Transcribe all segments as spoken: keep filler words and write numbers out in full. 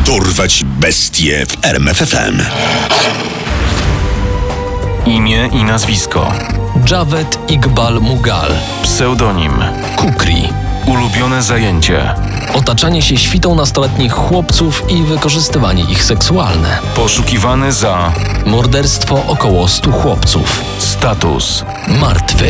Dorwać bestie w R M F F M. Imię i nazwisko: Javed Iqbal Mughal. Pseudonim: Kukri. Ulubione zajęcie: Otaczanie się świtą nastoletnich chłopców i wykorzystywanie ich seksualne. poszukiwany za Morderstwo około stu chłopców. status. Martwy.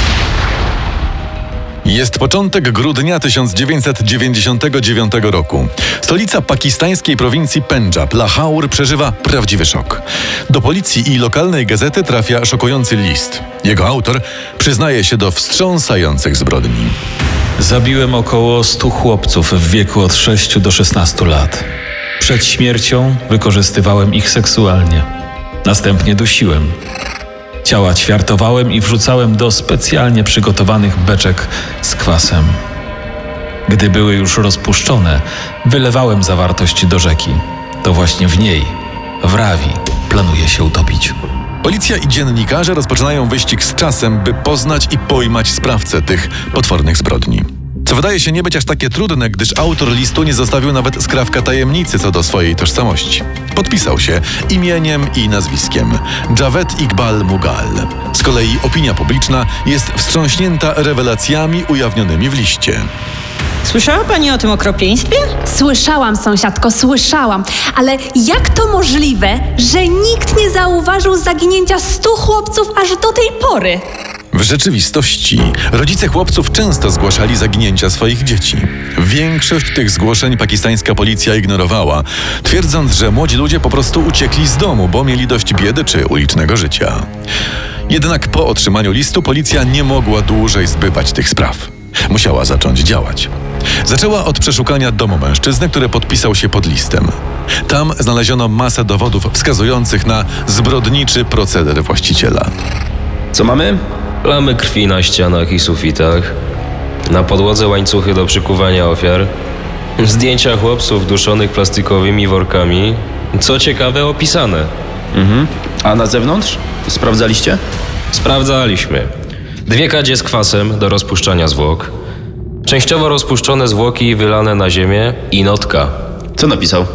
Jest początek grudnia tysiąc dziewięćset dziewięćdziesiątego dziewiątego roku. Stolica pakistańskiej prowincji Pendżab, Lahore, przeżywa prawdziwy szok. Do policji i lokalnej gazety trafia szokujący list. Jego autor przyznaje się do wstrząsających zbrodni. Zabiłem około stu chłopców w wieku od sześciu do szesnastu lat. Przed śmiercią wykorzystywałem ich seksualnie. Następnie dusiłem. Ciała ćwiartowałem i wrzucałem do specjalnie przygotowanych beczek z kwasem. Gdy były już rozpuszczone, wylewałem zawartość do rzeki. To właśnie w niej, w Rawi, planuję się utopić. Policja i dziennikarze rozpoczynają wyścig z czasem, by poznać i pojmać sprawcę tych potwornych zbrodni. Co wydaje się nie być aż takie trudne, gdyż autor listu nie zostawił nawet skrawka tajemnicy co do swojej tożsamości. Podpisał się imieniem i nazwiskiem: Javed Iqbal Mughal. Z kolei opinia publiczna jest wstrząśnięta rewelacjami ujawnionymi w liście. Słyszała pani o tym okropieństwie? Słyszałam, sąsiadko, słyszałam. Ale jak to możliwe, że nikt nie zauważył zaginięcia stu chłopców aż do tej pory? W rzeczywistości rodzice chłopców często zgłaszali zaginięcia swoich dzieci. Większość tych zgłoszeń pakistańska policja ignorowała, twierdząc, że młodzi ludzie po prostu uciekli z domu, bo mieli dość biedy czy ulicznego życia. Jednak po otrzymaniu listu policja nie mogła dłużej zbywać tych spraw. Musiała zacząć działać. Zaczęła od przeszukania domu mężczyzny, który podpisał się pod listem. Tam znaleziono masę dowodów wskazujących na zbrodniczy proceder właściciela. Co mamy? Plamy krwi na ścianach i sufitach. Na podłodze łańcuchy do przykuwania ofiar. Zdjęcia chłopców duszonych plastikowymi workami. Co ciekawe, opisane. Mhm. A na zewnątrz? Sprawdzaliście? Sprawdzaliśmy. Dwie kadzie z kwasem do rozpuszczania zwłok. Częściowo rozpuszczone zwłoki wylane na ziemię i notka. Co napisał?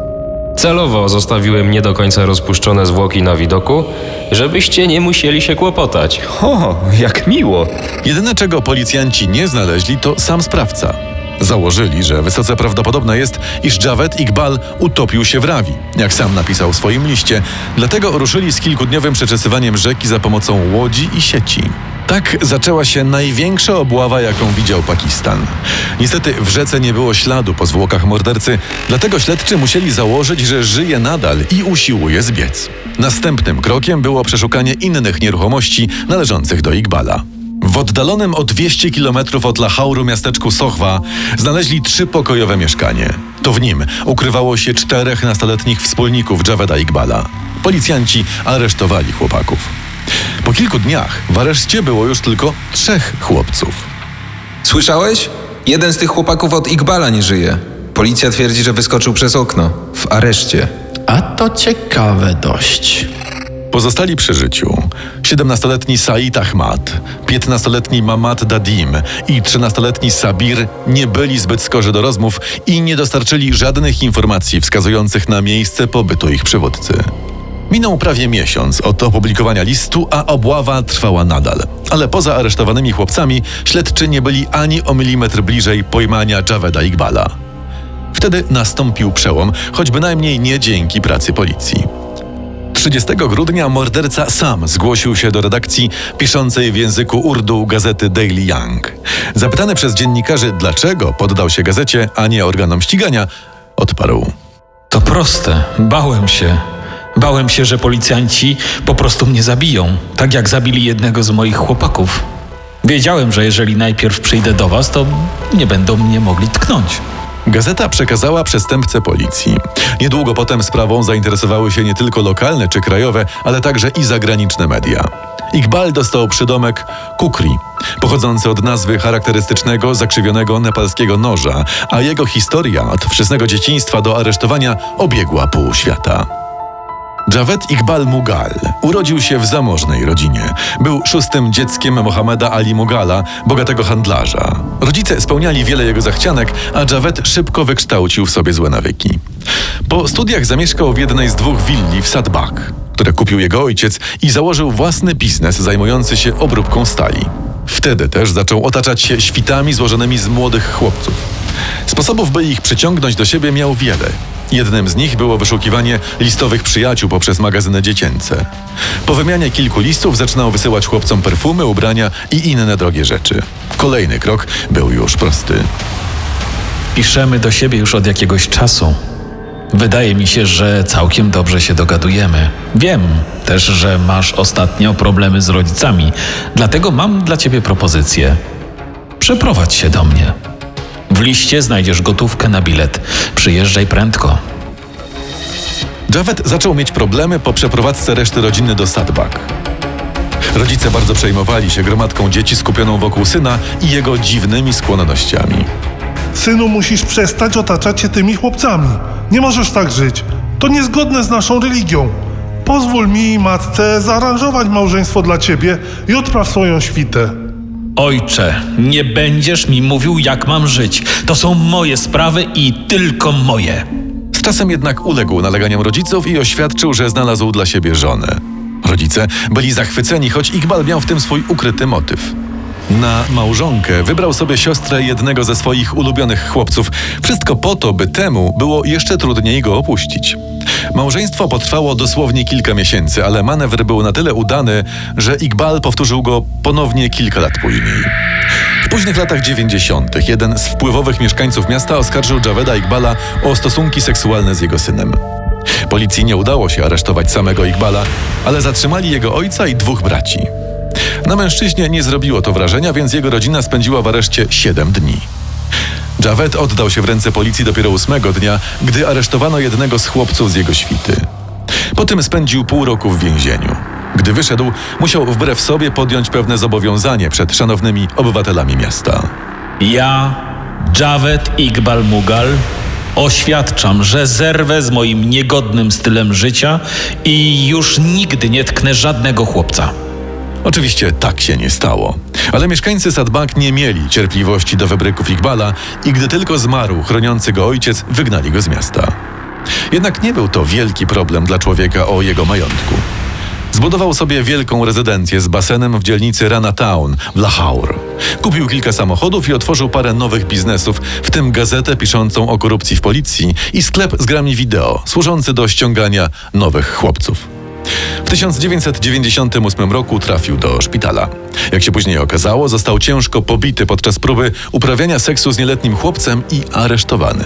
Celowo zostawiłem nie do końca rozpuszczone zwłoki na widoku, żebyście nie musieli się kłopotać. O, jak miło. Jedyne, czego policjanci nie znaleźli, to sam sprawca. Założyli, że wysoce prawdopodobne jest, iż Javed Iqbal utopił się w Rawi, jak sam napisał w swoim liście. Dlatego ruszyli z kilkudniowym przeczesywaniem rzeki za pomocą łodzi i sieci. Tak zaczęła się największa obława, jaką widział Pakistan. Niestety w rzece nie było śladu po zwłokach mordercy, dlatego śledczy musieli założyć, że żyje nadal i usiłuje zbiec. Następnym krokiem było przeszukanie innych nieruchomości należących do Iqbala. W oddalonym o dwieście kilometrów od Lahoru miasteczku Sochwa znaleźli trzypokojowe mieszkanie. To w nim ukrywało się czterech nastoletnich wspólników Javeda Iqbala. Policjanci aresztowali chłopaków. Po kilku dniach w areszcie było już tylko trzech chłopców. Słyszałeś? Jeden z tych chłopaków od Iqbala nie żyje. Policja twierdzi, że wyskoczył przez okno. W areszcie. A to ciekawe dość. Pozostali przy życiu siedemnastoletni Said Ahmad, piętnastoletni Mamad Dadim i trzynastoletni Sabir nie byli zbyt skorzy do rozmów i nie dostarczyli żadnych informacji wskazujących na miejsce pobytu ich przywódcy. Minął prawie miesiąc od opublikowania listu, a obława trwała nadal. Ale poza aresztowanymi chłopcami śledczy nie byli ani o milimetr bliżej pojmania Javeda Iqbala. Wtedy nastąpił przełom, choć bynajmniej nie dzięki pracy policji. trzydziestego grudnia morderca sam zgłosił się do redakcji piszącej w języku urdu gazety Daily Young. Zapytany przez dziennikarzy, dlaczego poddał się gazecie, a nie organom ścigania, odparł: To proste. Bałem się. Bałem się, że policjanci po prostu mnie zabiją, tak jak zabili jednego z moich chłopaków. Wiedziałem, że jeżeli najpierw przyjdę do was, to nie będą mnie mogli tknąć. Gazeta przekazała przestępcę policji. Niedługo potem sprawą zainteresowały się nie tylko lokalne czy krajowe, ale także i zagraniczne media. Iqbal dostał przydomek Kukri, pochodzący od nazwy charakterystycznego, zakrzywionego nepalskiego noża, a jego historia od wczesnego dzieciństwa do aresztowania obiegła pół świata. Javed Iqbal Mughal urodził się w zamożnej rodzinie. Był szóstym dzieckiem Mohameda Ali Mughala, bogatego handlarza. Rodzice spełniali wiele jego zachcianek, a Javed szybko wykształcił w sobie złe nawyki. Po studiach zamieszkał w jednej z dwóch willi w Sadbagh, które kupił jego ojciec, i założył własny biznes zajmujący się obróbką stali. Wtedy też zaczął otaczać się świtami złożonymi z młodych chłopców. Sposobów, by ich przyciągnąć do siebie, miał wiele. Jednym z nich było wyszukiwanie listowych przyjaciół poprzez magazyny dziecięce. Po wymianie kilku listów zaczynał wysyłać chłopcom perfumy, ubrania i inne drogie rzeczy. Kolejny krok był już prosty. Piszemy do siebie już od jakiegoś czasu. Wydaje mi się, że całkiem dobrze się dogadujemy. Wiem też, że masz ostatnio problemy z rodzicami, dlatego mam dla ciebie propozycję. Przeprowadź się do mnie. W liście znajdziesz gotówkę na bilet. Przyjeżdżaj prędko. Javed zaczął mieć problemy po przeprowadzce reszty rodziny do Sadbagh. Rodzice bardzo przejmowali się gromadką dzieci skupioną wokół syna i jego dziwnymi skłonnościami. Synu, musisz przestać otaczać się tymi chłopcami. Nie możesz tak żyć. To niezgodne z naszą religią. Pozwól mi i matce zaaranżować małżeństwo dla ciebie i odpraw swoją świtę. Ojcze, nie będziesz mi mówił, jak mam żyć. To są moje sprawy i tylko moje. Z czasem jednak uległ naleganiom rodziców i oświadczył, że znalazł dla siebie żonę. Rodzice byli zachwyceni, choć Iqbal miał w tym swój ukryty motyw. Na małżonkę wybrał sobie siostrę jednego ze swoich ulubionych chłopców. Wszystko po to, by temu było jeszcze trudniej go opuścić. Małżeństwo potrwało dosłownie kilka miesięcy, ale manewr był na tyle udany, że Iqbal powtórzył go ponownie kilka lat później. W późnych latach dziewięćdziesiątych jeden z wpływowych mieszkańców miasta oskarżył Javeda Iqbala o stosunki seksualne z jego synem. Policji nie udało się aresztować samego Iqbala, ale zatrzymali jego ojca i dwóch braci. Na mężczyźnie nie zrobiło to wrażenia, więc jego rodzina spędziła w areszcie siedem dni. Javed oddał się w ręce policji dopiero ósmego dnia, gdy aresztowano jednego z chłopców z jego świty. Potem spędził pół roku w więzieniu. Gdy wyszedł, musiał wbrew sobie podjąć pewne zobowiązanie przed szanownymi obywatelami miasta. Ja, Javed Iqbal Mughal, oświadczam, że zerwę z moim niegodnym stylem życia i już nigdy nie tknę żadnego chłopca. Oczywiście tak się nie stało. Ale mieszkańcy Sadbagh nie mieli cierpliwości do wybryków Iqbala i gdy tylko zmarł chroniący go ojciec, wygnali go z miasta. Jednak nie był to wielki problem dla człowieka o jego majątku. Zbudował sobie wielką rezydencję z basenem w dzielnicy Rana Town w Lahore. Kupił kilka samochodów i otworzył parę nowych biznesów, w tym gazetę piszącą o korupcji w policji i sklep z grami wideo, służący do ściągania nowych chłopców. W tysiąc dziewięćset dziewięćdziesiątym ósmym roku trafił do szpitala. Jak się później okazało, został ciężko pobity podczas próby uprawiania seksu z nieletnim chłopcem i aresztowany.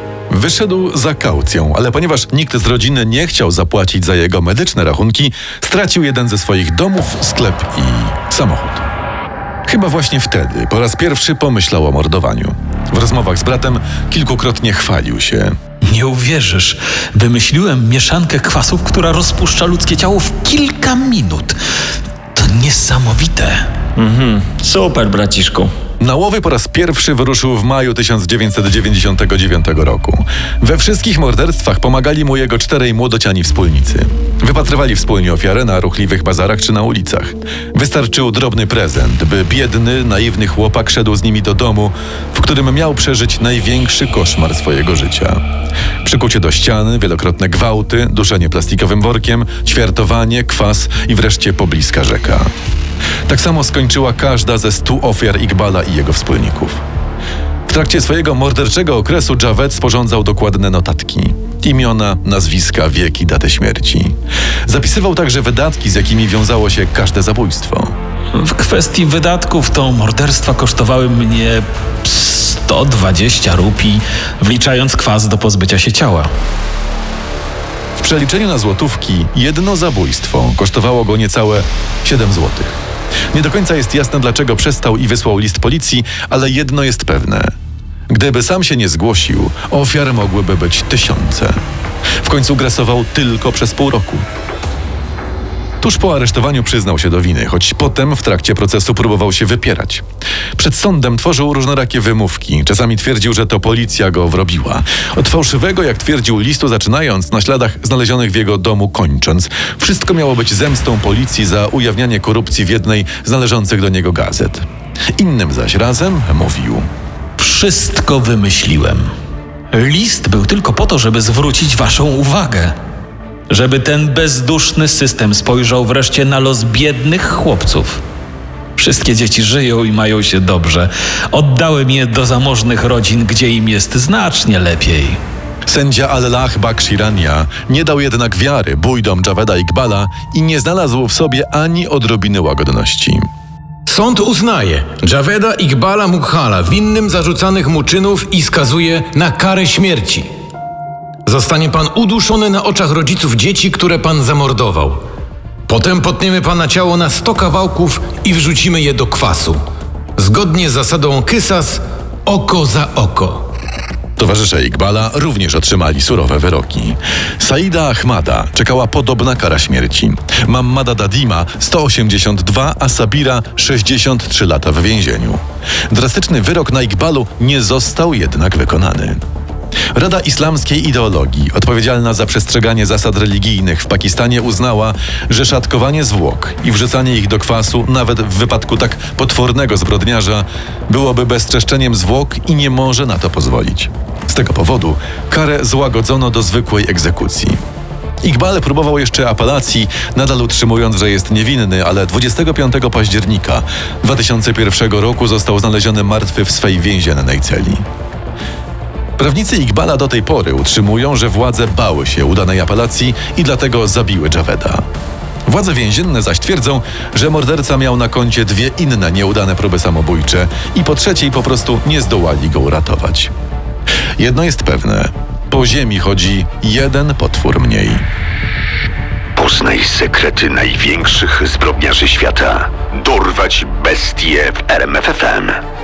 Wyszedł za kaucją, ale ponieważ nikt z rodziny nie chciał zapłacić za jego medyczne rachunki, stracił jeden ze swoich domów, sklep i samochód. Chyba właśnie wtedy po raz pierwszy pomyślał o mordowaniu. W rozmowach z bratem kilkukrotnie chwalił się. Nie uwierzysz, wymyśliłem mieszankę kwasów, która rozpuszcza ludzkie ciało w kilka minut. To niesamowite. Mhm, super, braciszku. Na łowy po raz pierwszy wyruszył w maju tysiąc dziewięćset dziewięćdziesiątego dziewiątego roku. We wszystkich morderstwach pomagali mu jego czterej młodociani wspólnicy. Wypatrywali wspólnie ofiarę na ruchliwych bazarach czy na ulicach. Wystarczył drobny prezent, by biedny, naiwny chłopak szedł z nimi do domu, w którym miał przeżyć największy koszmar swojego życia. Przykucie do ściany, wielokrotne gwałty, duszenie plastikowym workiem, ćwiartowanie, kwas i wreszcie pobliska rzeka. Tak samo skończyła każda ze stu ofiar Iqbala i jego wspólników. W trakcie swojego morderczego okresu Javed sporządzał dokładne notatki. Imiona, nazwiska, wiek i datę śmierci. Zapisywał także wydatki, z jakimi wiązało się każde zabójstwo. W kwestii wydatków to morderstwa kosztowały mnie sto dwadzieścia rupii, wliczając kwas do pozbycia się ciała. W przeliczeniu na złotówki jedno zabójstwo kosztowało go niecałe siedem złotych. Nie do końca jest jasne, dlaczego przestał i wysłał list policji, ale jedno jest pewne. Gdyby sam się nie zgłosił, ofiar mogłyby być tysiące. W końcu grasował tylko przez pół roku. Tuż po aresztowaniu przyznał się do winy, choć potem w trakcie procesu próbował się wypierać. Przed sądem tworzył różnorakie wymówki. Czasami twierdził, że to policja go wrobiła. Od fałszywego, jak twierdził, listu zaczynając, na śladach znalezionych w jego domu kończąc. Wszystko miało być zemstą policji za ujawnianie korupcji w jednej z należących do niego gazet. Innym zaś razem mówił: Wszystko wymyśliłem. List był tylko po to, żeby zwrócić waszą uwagę. Żeby ten bezduszny system spojrzał wreszcie na los biednych chłopców. Wszystkie dzieci żyją i mają się dobrze. Oddałem je do zamożnych rodzin, gdzie im jest znacznie lepiej. Sędzia Allah Bakshirania nie dał jednak wiary bujdom Javeda Iqbala i nie znalazł w sobie ani odrobiny łagodności. Sąd uznaje Javeda Iqbala Mukhala winnym zarzucanych mu czynów i skazuje na karę śmierci. Zostanie pan uduszony na oczach rodziców dzieci, które pan zamordował. Potem potniemy pana ciało na sto kawałków i wrzucimy je do kwasu. Zgodnie z zasadą Qisas, oko za oko. Towarzysze Iqbala również otrzymali surowe wyroki. Saida Ahmada czekała podobna kara śmierci. Mammada Dadima sto osiemdziesiąt dwa, a Sabira sześćdziesiąt trzy lata w więzieniu. Drastyczny wyrok na Iqbalu nie został jednak wykonany. Rada Islamskiej Ideologii, odpowiedzialna za przestrzeganie zasad religijnych w Pakistanie, uznała, że szatkowanie zwłok i wrzucanie ich do kwasu, nawet w wypadku tak potwornego zbrodniarza, byłoby bezczeszczeniem zwłok i nie może na to pozwolić. Z tego powodu karę złagodzono do zwykłej egzekucji. Iqbal próbował jeszcze apelacji, nadal utrzymując, że jest niewinny, ale dwudziestego piątego października dwa tysiące pierwszego roku został znaleziony martwy w swej więziennej celi. Prawnicy Iqbala do tej pory utrzymują, że władze bały się udanej apelacji i dlatego zabiły Javeda. Władze więzienne zaś twierdzą, że morderca miał na koncie dwie inne nieudane próby samobójcze i po trzeciej po prostu nie zdołali go uratować. Jedno jest pewne: po ziemi chodzi jeden potwór mniej. Poznaj sekrety największych zbrodniarzy świata. Dorwać bestie w R M F F M.